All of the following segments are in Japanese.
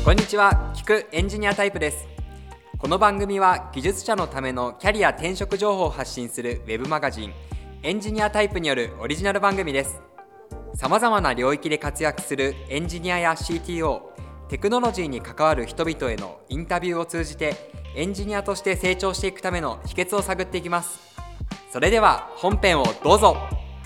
こんにちは、聞くエンジニアタイプです。この番組は技術者のためのキャリア転職情報を発信するウェブマガジンエンジニアタイプによるオリジナル番組です。さまざまな領域で活躍するエンジニアや CTO、テクノロジーに関わる人々へのインタビューを通じてエンジニアとして成長していくための秘訣を探っていきます。それでは本編をどうぞ。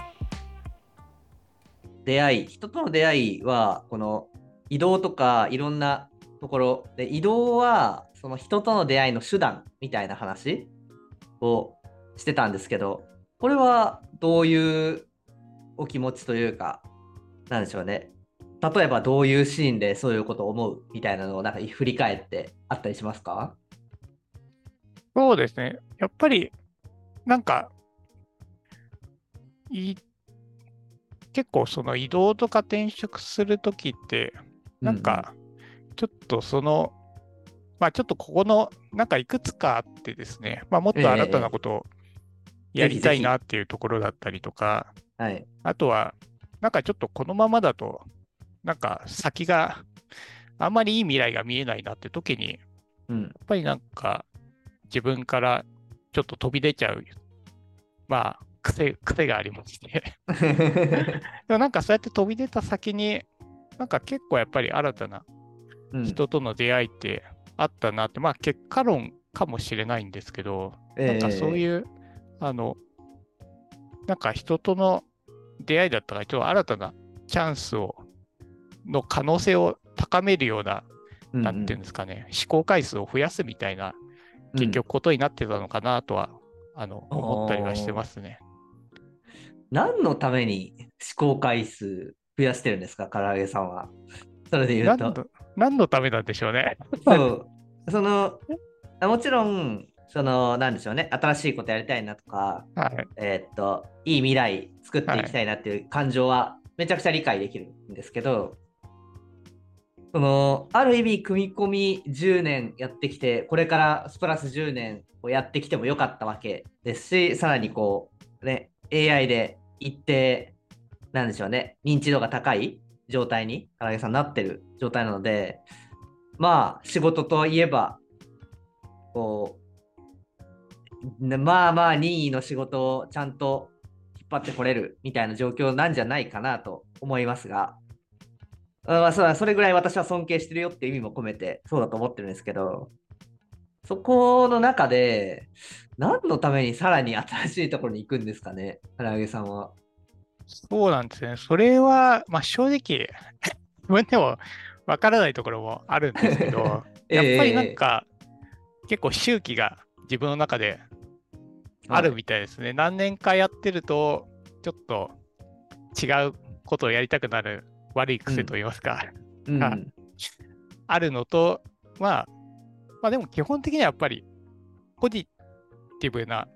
人との出会いはこの移動とかいろんなところで、移動はその人との出会いの手段みたいな話をしてたんですけど、これはどういうお気持ちというか、なんでしょうね。例えばどういうシーンでそういうことを思うみたいなのをなんか振り返ってあったりしますか？ そうですね。やっぱり、なんか、い結構その移動とか転職するときって、なんか、ちょっとちょっとここの、なんかいくつかあってですね、もっと新たなことをやりたいなっていうところだったりとか、 はい、 あとは、なんかちょっとこのままだと、なんか先があんまりいい未来が見えないなって時に、やっぱりなんか自分からちょっと飛び出ちゃう、癖がありましてでもなんかそうやって飛び出た先に、なんか結構やっぱり新たな人との出会いってあったなって、結果論かもしれないんですけど、なんかそういう、なんか人との出会いだったら、ちょっと新たなチャンスの可能性を高めるような、なんていうんですかね、試行回数を増やすみたいな、結局ことになってたのかなとは、思ったりはしてますね。 何のために試行回数増やしてるんですか、唐揚げさんは。それで言うと。 何のためなんでしょうね。 そう。もちろん、なんでしょうね。新しいことやりたいなとか、 はい。 いい未来作っていきたいなっていう感情はめちゃくちゃ理解できるんですけど、ある意味、組み込み10年やってきて、これからプラス10年をやってきてもよかったわけですし、さらにAI で一定、なんでしょうね、認知度が高い状態に、唐揚さんなってる状態なので、仕事といえば、任意の仕事をちゃんと引っ張ってこれるみたいな状況なんじゃないかなと思いますが、それぐらい私は尊敬してるよっていう意味も込めてそうだと思ってるんですけど、そこの中で何のためにさらに新しいところに行くんですかね、唐揚げさんは。 そうなんですね。それは、正直、自分でもわからないところもあるんですけど、やっぱりなんか、結構周期が自分の中であるみたいですね。何年かやってると、ちょっと違うことをやりたくなる悪い癖といいますか、あるのと、でも基本的にはやっぱりポジティブな、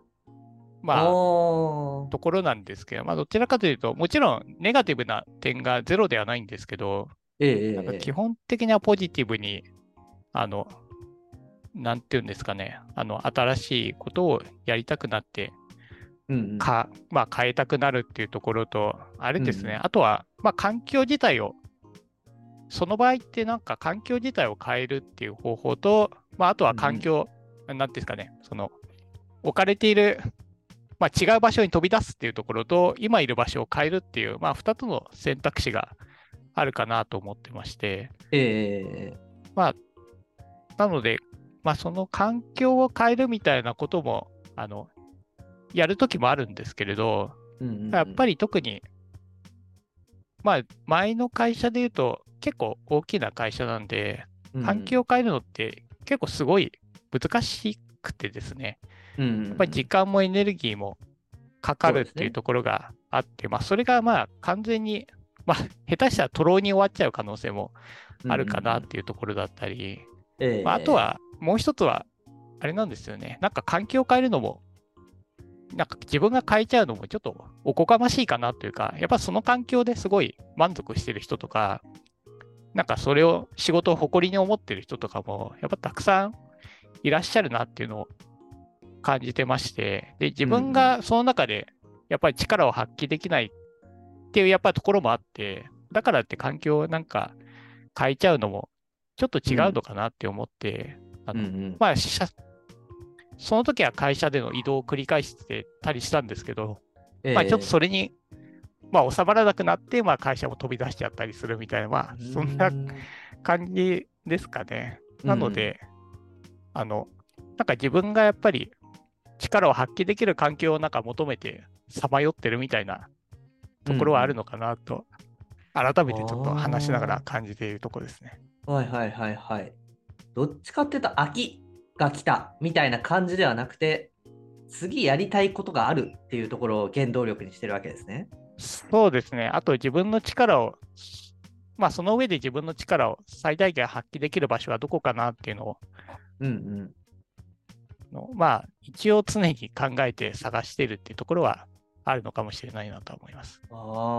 ところなんですけど、どちらかというと、もちろんネガティブな点がゼロではないんですけど、なんか基本的にはポジティブに、なんていうんですかね、新しいことをやりたくなって、変えたくなるっていうところと、あれですね、あとは、環境自体を、その場合ってなんか環境自体を変えるっていう方法と、あとは環境、なんていうんですかね、置かれている、違う場所に飛び出すっていうところと、今いる場所を変えるっていう、2つの選択肢があるかなと思ってまして、なので、その環境を変えるみたいなことも、やるときもあるんですけれど、やっぱり特に、前の会社で言うと結構大きな会社なんで、環境を変えるのって結構すごい難しくてですね、やっぱり時間もエネルギーもかかるっていうところがあって、それが完全に、下手したら徒労に終わっちゃう可能性もあるかなっていうところだったり、あとはもう一つは、あれなんですよね、なんか環境を変えるのも、なんか自分が変えちゃうのもちょっとおこがましいかなというか、やっぱその環境ですごい満足してる人とか、なんかそれを仕事を誇りに思ってる人とかも、やっぱたくさんいらっしゃるなっていうのを感じてまして、で、自分がその中でやっぱり力を発揮できないっていうやっぱりところもあって、だからって環境をなんか変えちゃうのもちょっと違うのかなって思って、まあ、その時は会社での移動を繰り返してたりしたんですけど、まあ、ちょっとそれに、まあ、収まらなくなって、まあ、会社も飛び出しちゃったりするみたいな、まあ、そんな感じですかね。なので、なんか自分がやっぱり力を発揮できる環境をなんか求めてさまよってるみたいなところはあるのかなと、改めてちょっと話しながら感じているところですね。 はいはいはいはい。どっちかっていうと、秋が来たみたいな感じではなくて、次やりたいことがあるっていうところを原動力にしてるわけですね。 そうですね。あと自分の力を、まあその上で自分の力を最大限発揮できる場所はどこかなっていうのを、まあ一応常に考えて探しているっていうところはあるのかもしれないなと思います。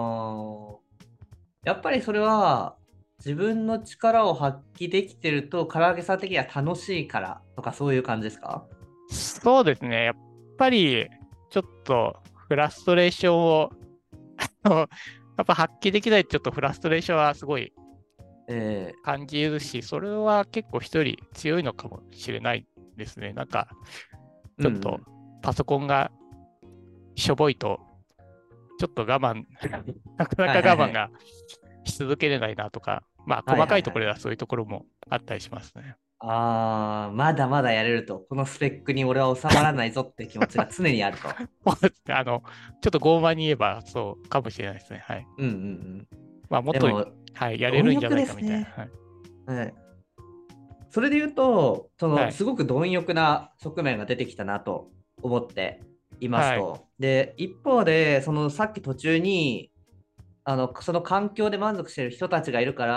やっぱりそれは自分の力を発揮できてると唐揚げさん的には楽しいからとかそういう感じですか？ そうですね。やっぱりちょっとフラストレーションをやっぱ発揮できないちょっとフラストレーションはすごい感じるし、それは結構一人強いのかもしれないですね。なんかちょっとパソコンがしょぼいとちょっと我慢なかなか我慢がし続けれないなとか、まあ細かいところではそういうところもあったりしますね。 まだまだやれると、このスペックに俺は収まらないぞって気持ちが常にあると。 ちょっと傲慢に言えばそうかもしれないですね。はい。まあもっと、はい、やれるんじゃないかみたいな。 はい。それで言うと、すごく貪欲な側面が出てきたなと思っていますと。で、一方で、さっき途中に、その環境で満足している人たちがいるから、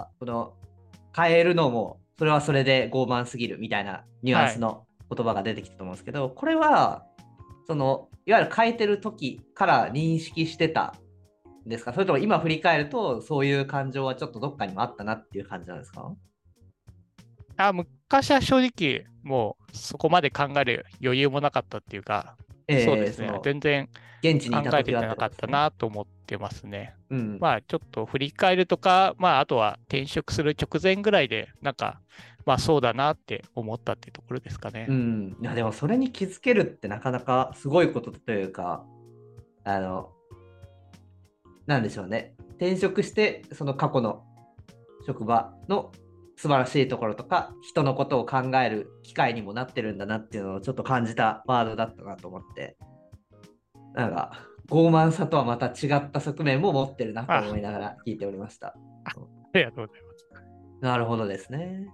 変えるのも、それはそれで傲慢すぎるみたいなニュアンスの言葉が出てきたと思うんですけど、これは、いわゆる変えてる時から認識してたんですか？それとも今振り返ると、そういう感情はちょっとどっかにもあったなっていう感じなんですか？ 昔は正直、もうそこまで考える余裕もなかったっていうか、そうですね、全然現地に考えてなかったなと思ってますね。まあちょっと振り返るとか、まああとは転職する直前ぐらいで、なんか、まあそうだなって思ったっていうところですかね。 いやでもそれに気づけるってなかなかすごいことというか、なんでしょうね。転職して、その過去の職場の素晴らしいところとか、人のことを考える機会にもなってるんだなっていうのをちょっと感じたワードだったなと思って、なんか、傲慢さとはまた違った側面も持ってるなと思いながら聞いておりました。 ありがとうございます。 なるほどですね。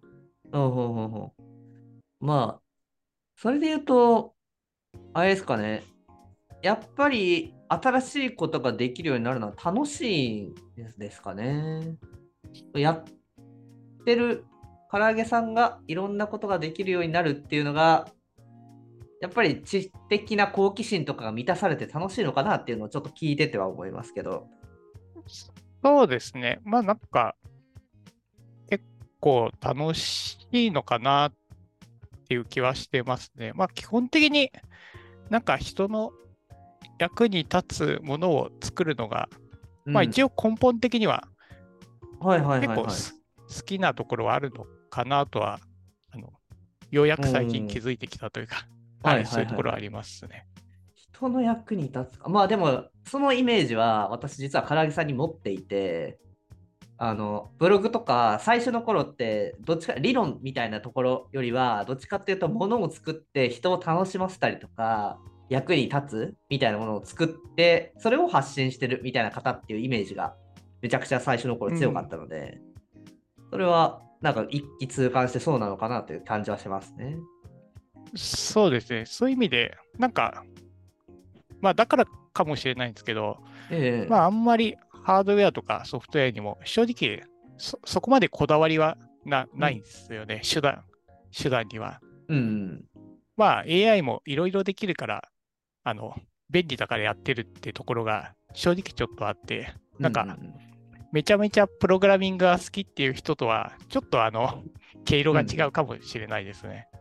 まあ、それで言うと、あれですかね。やっぱり新しいことができるようになるのは楽しいですかね。やってる唐揚げさんがいろんなことができるようになるっていうのが、やっぱり知的な好奇心とかが満たされて楽しいのかなっていうのをちょっと聞いてては思いますけど。 そうですね。まあなんか結構楽しいのかなっていう気はしてますね。まあ基本的になんか人の役に立つものを作るのが、まあ一応根本的には結構好きなところはあるのかなとは、ようやく最近気づいてきたというか、そういうところはありますね。 人の役に立つか。まあでも、そのイメージは私実は唐揚げさんに持っていて、ブログとか最初の頃ってどっちか理論みたいなところよりはどっちかっていうと物を作って人を楽しませたりとか役に立つみたいなものを作ってそれを発信してるみたいな方っていうイメージがめちゃくちゃ最初の頃強かったので、それはなんか一気通貫してそうなのかなという感じはしますね。 そうですね。そういう意味でなんかまあだからかもしれないんですけど、まああんまりハードウェアとかソフトウェアにも正直そこまでこだわりはないんですよね、手段には。まあ AI もいろいろできるから便利だからやってるってところが正直ちょっとあって、なんかめちゃめちゃプログラミングが好きっていう人とはちょっと毛色が違うかもしれないですね。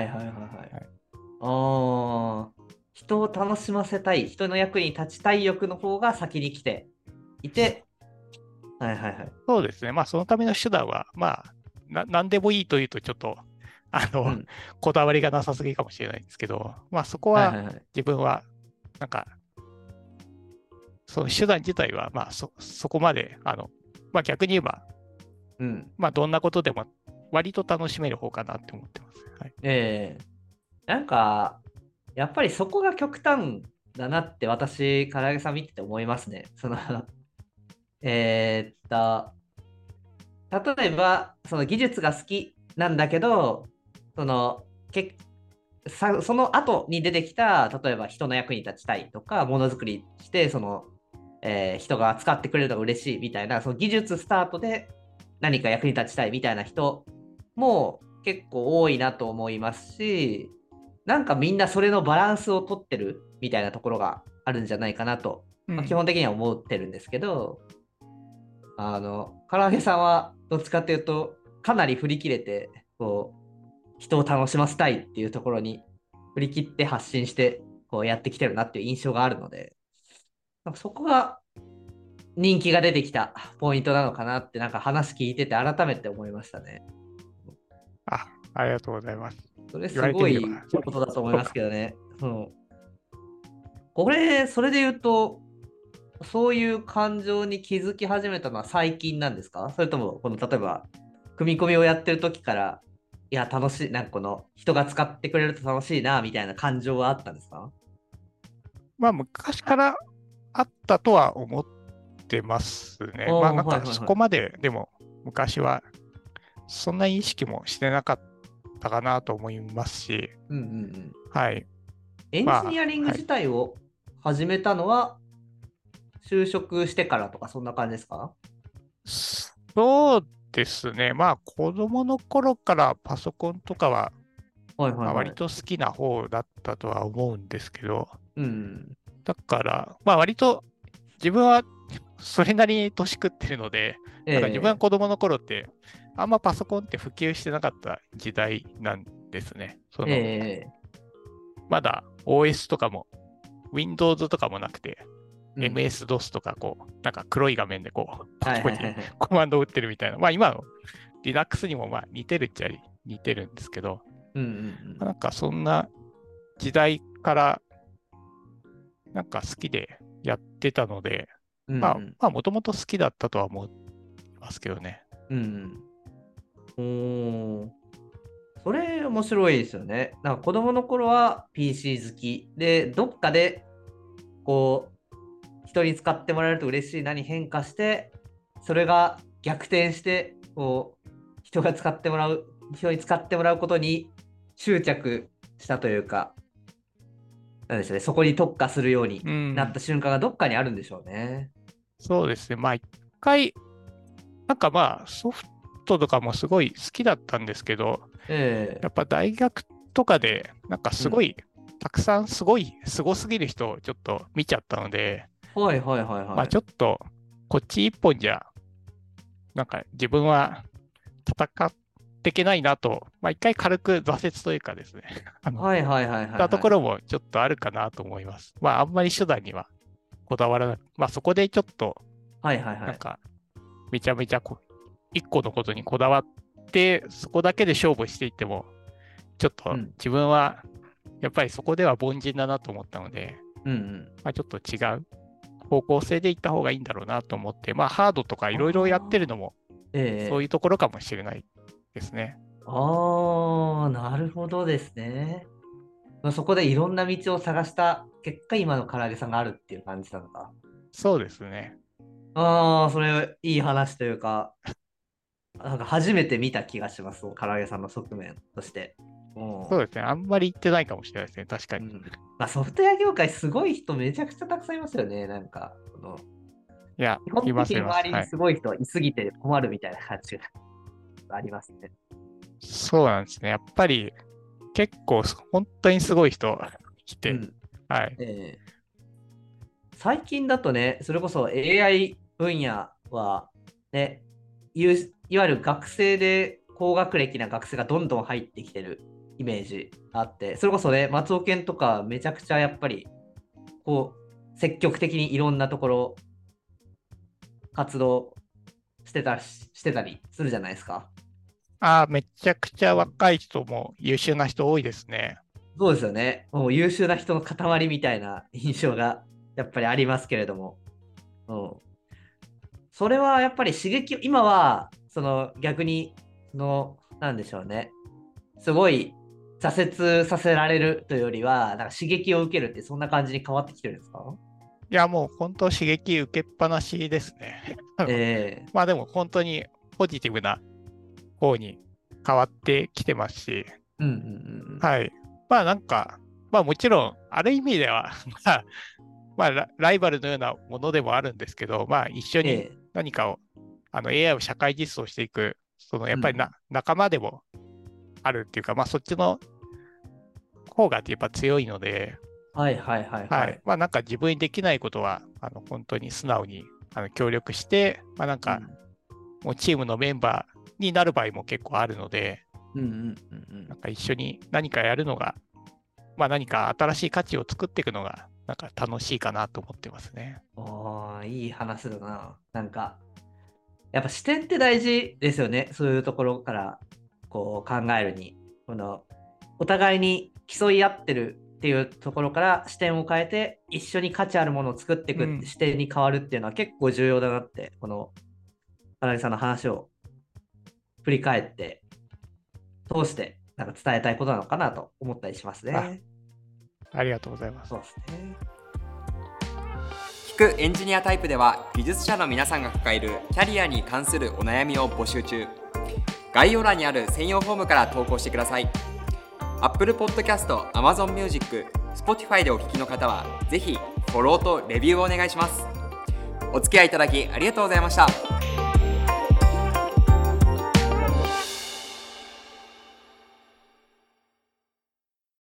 人を楽しませたい、人の役に立ちたい欲の方が先に来ていて、 そうですね。まあ、そのための手段は、まあ、 何でもいいというとちょっと、 うん。 こだわりがなさすぎかもしれないんですけど、まあそこははいはいはい。 自分は、なんか、その手段自体は、まあそこまで、まあ逆に言えば、 うん。 まあどんなことでも割と楽しめる方かなって思ってます。はい。 ええ、なんか、やっぱりそこが極端だなって私、唐揚げさん見てて思いますね。えーっと、例えば、その技術が好きなんだけど、その、けその後に出てきた、例えば人の役に立ちたいとか、ものづくりして、人が使ってくれるのが嬉しいみたいな、その技術スタートで何か役に立ちたいみたいな人も結構多いなと思いますし、なんかみんなそれのバランスをとってるみたいなところがあるんじゃないかなと、まあ、基うん。 本的には思ってるんですけど、唐揚げさんはどっちかっていうと、かなり振り切れて、人を楽しませたいっていうところに振り切って発信して、やってきてるなっていう印象があるので、なんかそこが人気が出てきたポイントなのかなって、なんか話聞いてて改めて思いましたね。 ありがとうございます。 それ言われてみれば、 すごいことだと思いますそうか。 けどね。それで言うと、そういう感情に気づき始めたのは最近なんですか？それとも、例えば、組み込みをやってる時から、いや、楽しい、なんか人が使ってくれると楽しいな、みたいな感情はあったんですか？ まあ昔からあったとは思ってますね。まあなんはいかはいはい。 そこまででも昔はそんな意識もしてなかったかなと思いますし、 うんうんうん。 はい。 エンジニまあ、 アリングはい。 自体を始めたのは、就職してからとか、そんな感じですか？ そうですね。まあ子供の頃からパソコンとかは、まあ、 はいはいはい。 割と好きな方だったとは思うんですけど、 うん。 だから、まあ割と自分はそれなりに年食ってるので、なんか自分はえ子供の頃って、あんまパソコンって普及してなかった時代なんですね。 えええ、 まだ OS とかも、Windows とかもなくて、 うん。 MS-DOS とか、なんか黒い画面でポはいチポチはいはいはい。 コマンドを打ってるみたいな。まあ今の Linux にもまあ似てるっちゃ似てるんですけど、 うんうんなんかそんな時代からなんか好きでやってたので、 うん。うんまあ、 うん。 まあもともと好きだったとは思いますけどね。 うんうん。それ面白いですよね。なんか子供の頃は PC 好きで、どっかで人に使ってもらえると嬉しいなに変化して、それが逆転して、人に使ってもらうことに執着したというか、なんでしょうね、そこに特化するようにうん、 なった瞬間がどっかにあるんでしょうね。 そうですね。まあ一回、なんかまあソフトとかもすごい好きだったんですけど、 ええ、 やっぱ大学とかで、なんかうん。 すごい、たくさんすごすぎる人をちょっと見ちゃったので、 はいはいはいまあはい。 ちょっと、こっち一本じゃ、なんか自分は戦っていけないなと、まあ一回軽く挫折というかですね、 はいはいはいったとはいはい。 ころもちょっとあるかなと思います。まああんまり手段にはこだわらなく、まあそこでちょっと、 はいはいはい。 なんかめちゃめちゃ一個のことにこだわって、そこだけで勝負していっても、ちょっとうん。 自分はやっぱりそこでは凡人だなと思ったので、 うんうん。 まあ、ちょっと違う方向性で行った方がいいんだろうなと思って、まあハードとかいろいろやってるああ、 のもそういうええ、 ところかもしれないですね。 ああ、なるほどですね。そこでいろんな道を探した結果、今の唐揚げさんがあるっていう感じなのか。 そうですね。 ああ、それいい話というか、なんか初めて見た気がします、唐揚げさんの側面として。うん。 そうですね。あんまり言ってないかもしれないですね。確かに。 うん。まあ、ソフトウェア業界すごい人めちゃくちゃたくさんいますよね。なんか、 いや、 基本います、います。 的に周りにはい。 すごい人いすぎて困るみたいな感じがありますね。 そうなんですね。やっぱり結構本当にすごい人来て、 うん。 はい。 えー最近だとね、それこそ AI 分野は、ね、いわゆる学生で高学歴な学生がどんどん入ってきてるイメージあって、それこそね、松尾研とかめちゃくちゃやっぱり、積極的にいろんなところ活動してたりするじゃないですか。 めちゃくちゃ若い人も優秀な人多いですね。 そうですよね。もう優秀な人の塊みたいな印象がやっぱりありますけれども。それはやっぱり刺激、今はその逆になんでしょうね。すごい挫折させられるというよりは、なんか刺激を受けるってそんな感じに変わってきてるんですか？ いや、もう本当刺激受けっぱなしですね。まあでも本当にポジティブな方に変わってきてますし、はい。まあなんか、まあもちろん、ある意味ではまあライバルのようなものでもあるんですけど、まあ一緒に何かを、AI を社会実装していく、やっぱり仲間でもあるっていうか、まあそっちの方がやっぱ強いので、はい。まあなんか自分にできないことは、本当に素直に協力して、まあなんか、もうチームのメンバーになる場合も結構あるので、なんか一緒に何かやるのが、まあ何か新しい価値を作っていくのが、なんか楽しいかなと思ってますね。 いい話だな。なんか、やっぱ視点って大事ですよね。そういうところからこう考えるに。お互いに競い合ってるっていうところから視点を変えて、一緒に価値あるものを作っていくって視点に変わるっていうのは結構重要だなって、この荒木さんの話を振り返って通してなんか伝えたいことなのかなと思ったりしますね。 ありがとうございます。 そうですね。 聞くエンジニアタイプでは、技術者の皆さんが抱えるキャリアに関するお悩みを募集中。概要欄にある専用フォームから投稿してください。Apple Podcast、Amazon Music、Spotify でお聞きの方は、ぜひフォローとレビューをお願いします。お付き合いいただきありがとうございました。